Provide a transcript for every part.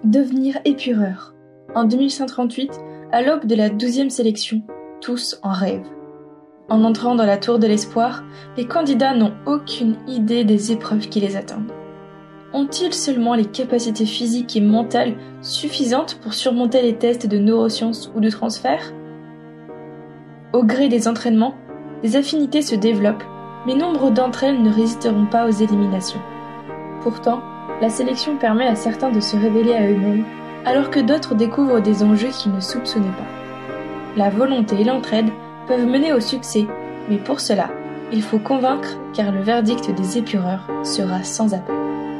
Devenir épureur. En 2138, à l'aube de la 12e sélection, tous en rêvent. En entrant dans la tour de l'espoir, les candidats n'ont aucune idée des épreuves qui les attendent. Ont-ils seulement les capacités physiques et mentales suffisantes pour surmonter les tests de neurosciences ou de transfert ? Au gré des entraînements, des affinités se développent, mais nombre d'entre elles ne résisteront pas aux éliminations. Pourtant, la sélection permet à certains de se révéler à eux-mêmes, alors que d'autres découvrent des enjeux qu'ils ne soupçonnaient pas. La volonté et l'entraide peuvent mener au succès, mais pour cela, il faut convaincre car le verdict des épureurs sera sans appel.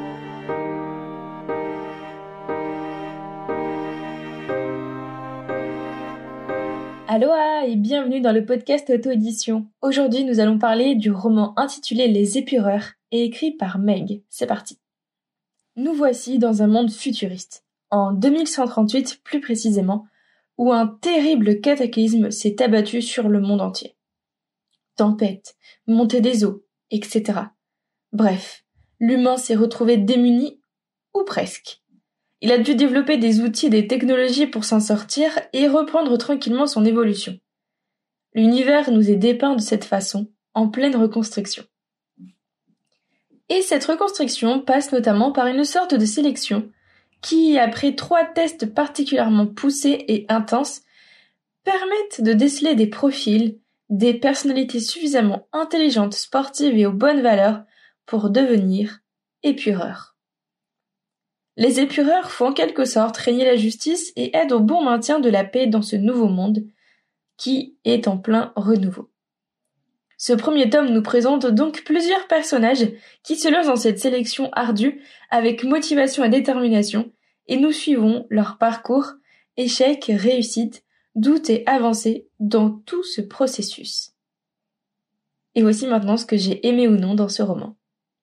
Aloha et bienvenue dans le podcast Auto-édition. Aujourd'hui, nous allons parler du roman intitulé Les Épureurs et écrit par Meg. C'est parti. Nous voici dans un monde futuriste, en 2138 plus précisément, où un terrible cataclysme s'est abattu sur le monde entier. Tempête, montée des eaux, etc. Bref, l'humain s'est retrouvé démuni, ou presque. Il a dû développer des outils et des technologies pour s'en sortir et reprendre tranquillement son évolution. L'univers nous est dépeint de cette façon, en pleine reconstruction. Et cette reconstruction passe notamment par une sorte de sélection qui, après 3 tests particulièrement poussés et intenses, permettent de déceler des profils, des personnalités suffisamment intelligentes, sportives et aux bonnes valeurs pour devenir épureurs. Les épureurs font en quelque sorte régner la justice et aident au bon maintien de la paix dans ce nouveau monde qui est en plein renouveau. Ce premier tome nous présente donc plusieurs personnages qui se lancent dans cette sélection ardue avec motivation et détermination et nous suivons leur parcours, échecs, réussites, doutes et avancées dans tout ce processus. Et voici maintenant ce que j'ai aimé ou non dans ce roman.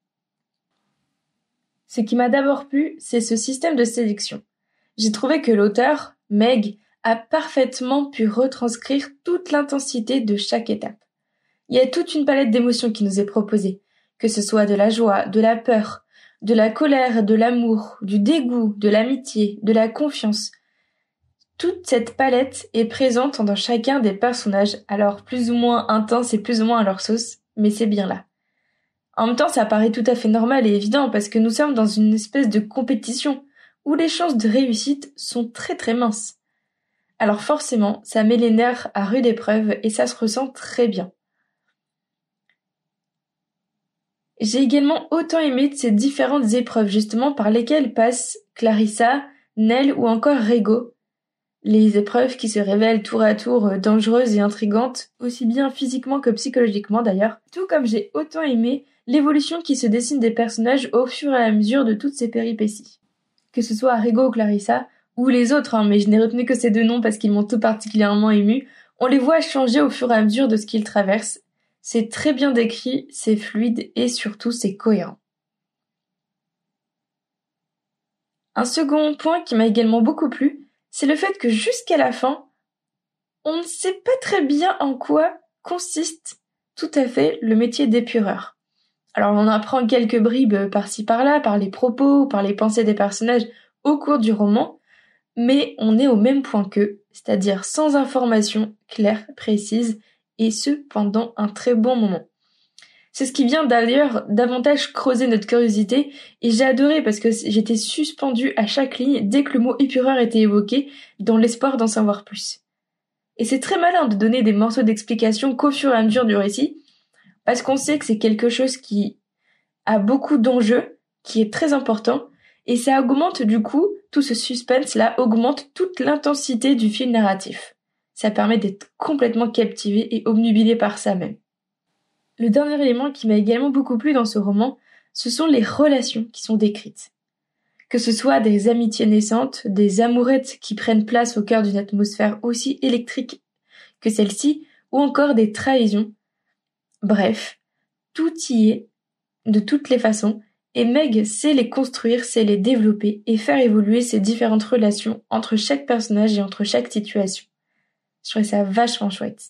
Ce qui m'a d'abord plu, c'est ce système de sélection. J'ai trouvé que l'auteur, Meg, a parfaitement pu retranscrire toute l'intensité de chaque étape. Il y a toute une palette d'émotions qui nous est proposée, que ce soit de la joie, de la peur, de la colère, de l'amour, du dégoût, de l'amitié, de la confiance. Toute cette palette est présente dans chacun des personnages, alors plus ou moins intense et plus ou moins à leur sauce, mais c'est bien là. En même temps, ça paraît tout à fait normal et évident parce que nous sommes dans une espèce de compétition où les chances de réussite sont très très minces. Alors forcément, ça met les nerfs à rude épreuve et ça se ressent très bien. J'ai également autant aimé de ces différentes épreuves justement par lesquelles passent Clarissa, Nell ou encore Rego. Les épreuves qui se révèlent tour à tour dangereuses et intrigantes, aussi bien physiquement que psychologiquement d'ailleurs. Tout comme j'ai autant aimé l'évolution qui se dessine des personnages au fur et à mesure de toutes ces péripéties. Que ce soit Rego ou Clarissa, ou les autres, mais je n'ai retenu que ces 2 noms parce qu'ils m'ont tout particulièrement ému, on les voit changer au fur et à mesure de ce qu'ils traversent. C'est très bien décrit, c'est fluide et surtout c'est cohérent. Un second point qui m'a également beaucoup plu, c'est le fait que jusqu'à la fin, on ne sait pas très bien en quoi consiste tout à fait le métier d'épureur. Alors on apprend quelques bribes par-ci par-là, par les propos, par les pensées des personnages au cours du roman, mais on est au même point qu'eux, c'est-à-dire sans information claire, précise, et ce pendant un très bon moment. C'est ce qui vient d'ailleurs davantage creuser notre curiosité, et j'ai adoré parce que j'étais suspendue à chaque ligne dès que le mot épureur était évoqué, dans l'espoir d'en savoir plus. Et c'est très malin de donner des morceaux d'explication qu'au fur et à mesure du récit, parce qu'on sait que c'est quelque chose qui a beaucoup d'enjeux, qui est très important, et ça augmente du coup, tout ce suspense-là augmente toute l'intensité du fil narratif. Ça permet d'être complètement captivé et obnubilé par ça même. Le dernier élément qui m'a également beaucoup plu dans ce roman, ce sont les relations qui sont décrites. Que ce soit des amitiés naissantes, des amourettes qui prennent place au cœur d'une atmosphère aussi électrique que celle-ci, ou encore des trahisons. Bref, tout y est, de toutes les façons, et Meg sait les construire, sait les développer et faire évoluer ces différentes relations entre chaque personnage et entre chaque situation. Je trouvais ça vachement chouette.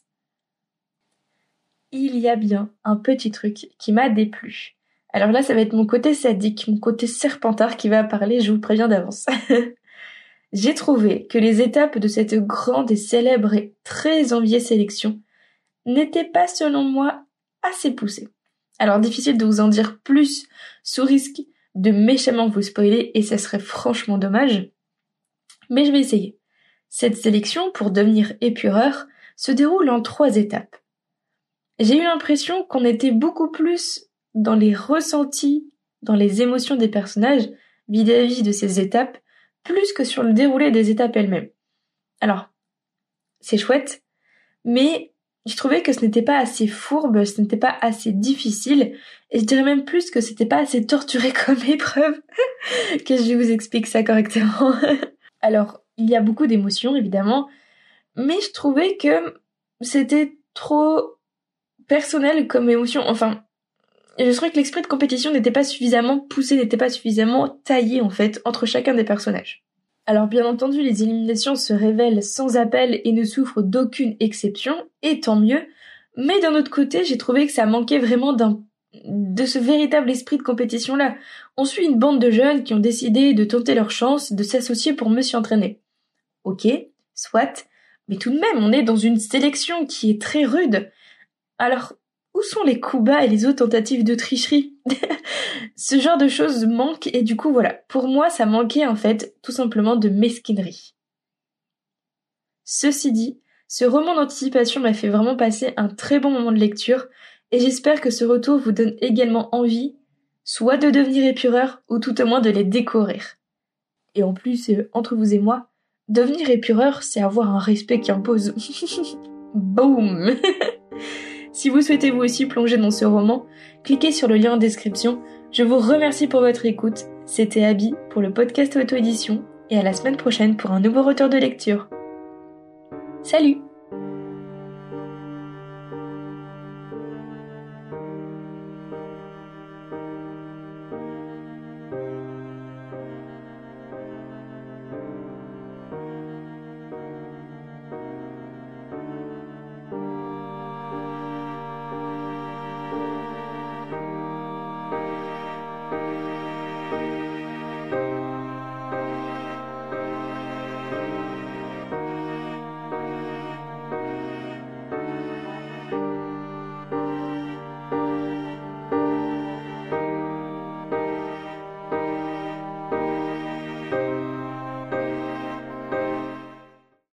Il y a bien un petit truc qui m'a déplu. Alors là, ça va être mon côté sadique, mon côté serpentard qui va parler, je vous préviens d'avance. j'ai trouvé que les étapes de cette grande et célèbre et très enviée sélection n'étaient pas, selon moi, assez poussées. Alors, difficile de vous en dire plus sous risque de méchamment vous spoiler, et ça serait franchement dommage, mais je vais essayer. Cette sélection, pour devenir épureur, se déroule en 3 étapes. J'ai eu l'impression qu'on était beaucoup plus dans les ressentis, dans les émotions des personnages vis-à-vis de ces étapes, plus que sur le déroulé des étapes elles-mêmes. Alors, c'est chouette, mais je trouvais que ce n'était pas assez fourbe, ce n'était pas assez difficile, et je dirais même plus que c'était pas assez torturé comme épreuve, que je vous explique ça correctement. Alors, il y a beaucoup d'émotions, évidemment, mais je trouvais que c'était trop personnel comme émotion. Enfin, je trouvais que l'esprit de compétition n'était pas suffisamment poussé, n'était pas suffisamment taillé, en fait, entre chacun des personnages. Alors, bien entendu, les éliminations se révèlent sans appel et ne souffrent d'aucune exception, et tant mieux, mais d'un autre côté, j'ai trouvé que ça manquait vraiment de ce véritable esprit de compétition-là. On suit une bande de jeunes qui ont décidé de tenter leur chance, de s'associer pour mieux s'y entraîner. Ok, soit, mais tout de même, on est dans une sélection qui est très rude. Alors, où sont les coups bas et les autres tentatives de tricherie? Ce genre de choses manque, et du coup, voilà, pour moi, ça manquait en fait, tout simplement de mesquinerie. Ceci dit, ce roman d'anticipation m'a fait vraiment passer un très bon moment de lecture, et j'espère que ce retour vous donne également envie, soit de devenir épureur, ou tout au moins de les découvrir. Et en plus, entre vous et moi, devenir épureur, c'est avoir un respect qui impose. Boum. Si vous souhaitez vous aussi plonger dans ce roman, cliquez sur le lien en description. Je vous remercie pour votre écoute. C'était Abby pour le podcast Auto-édition, et à la semaine prochaine pour un nouveau retour de lecture. Salut!